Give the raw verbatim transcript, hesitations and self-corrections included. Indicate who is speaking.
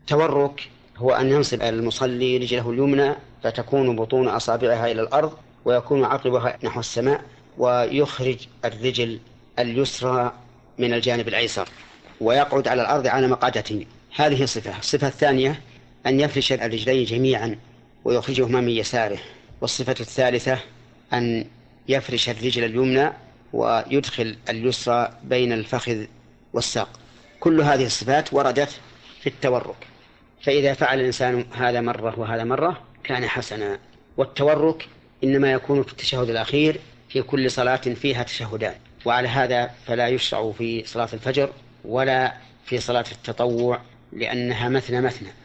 Speaker 1: التورك هو أن ينصب المصلي رجله اليمنى فتكون بطون أصابعها إلى الأرض ويكون عقبها نحو السماء، ويخرج الرجل اليسرى من الجانب الأيسر ويقعد على الأرض على مقعدته. هذه صفة. الصفة الثانية أن يفرش الرجلين جميعا ويخرجهما من يساره. والصفة الثالثة أن يفرش الرجل اليمنى ويدخل اليسرى بين الفخذ والساق. كل هذه الصفات وردت في التورك، فإذا فعل الإنسان هذا مرة وهذا مرة كان حسنا. والتورك إنما يكون في التشهد الأخير في كل صلاة فيها تشهدان، وعلى هذا فلا يشرع في صلاة الفجر ولا في صلاة التطوع لأنها مثنى مثنى.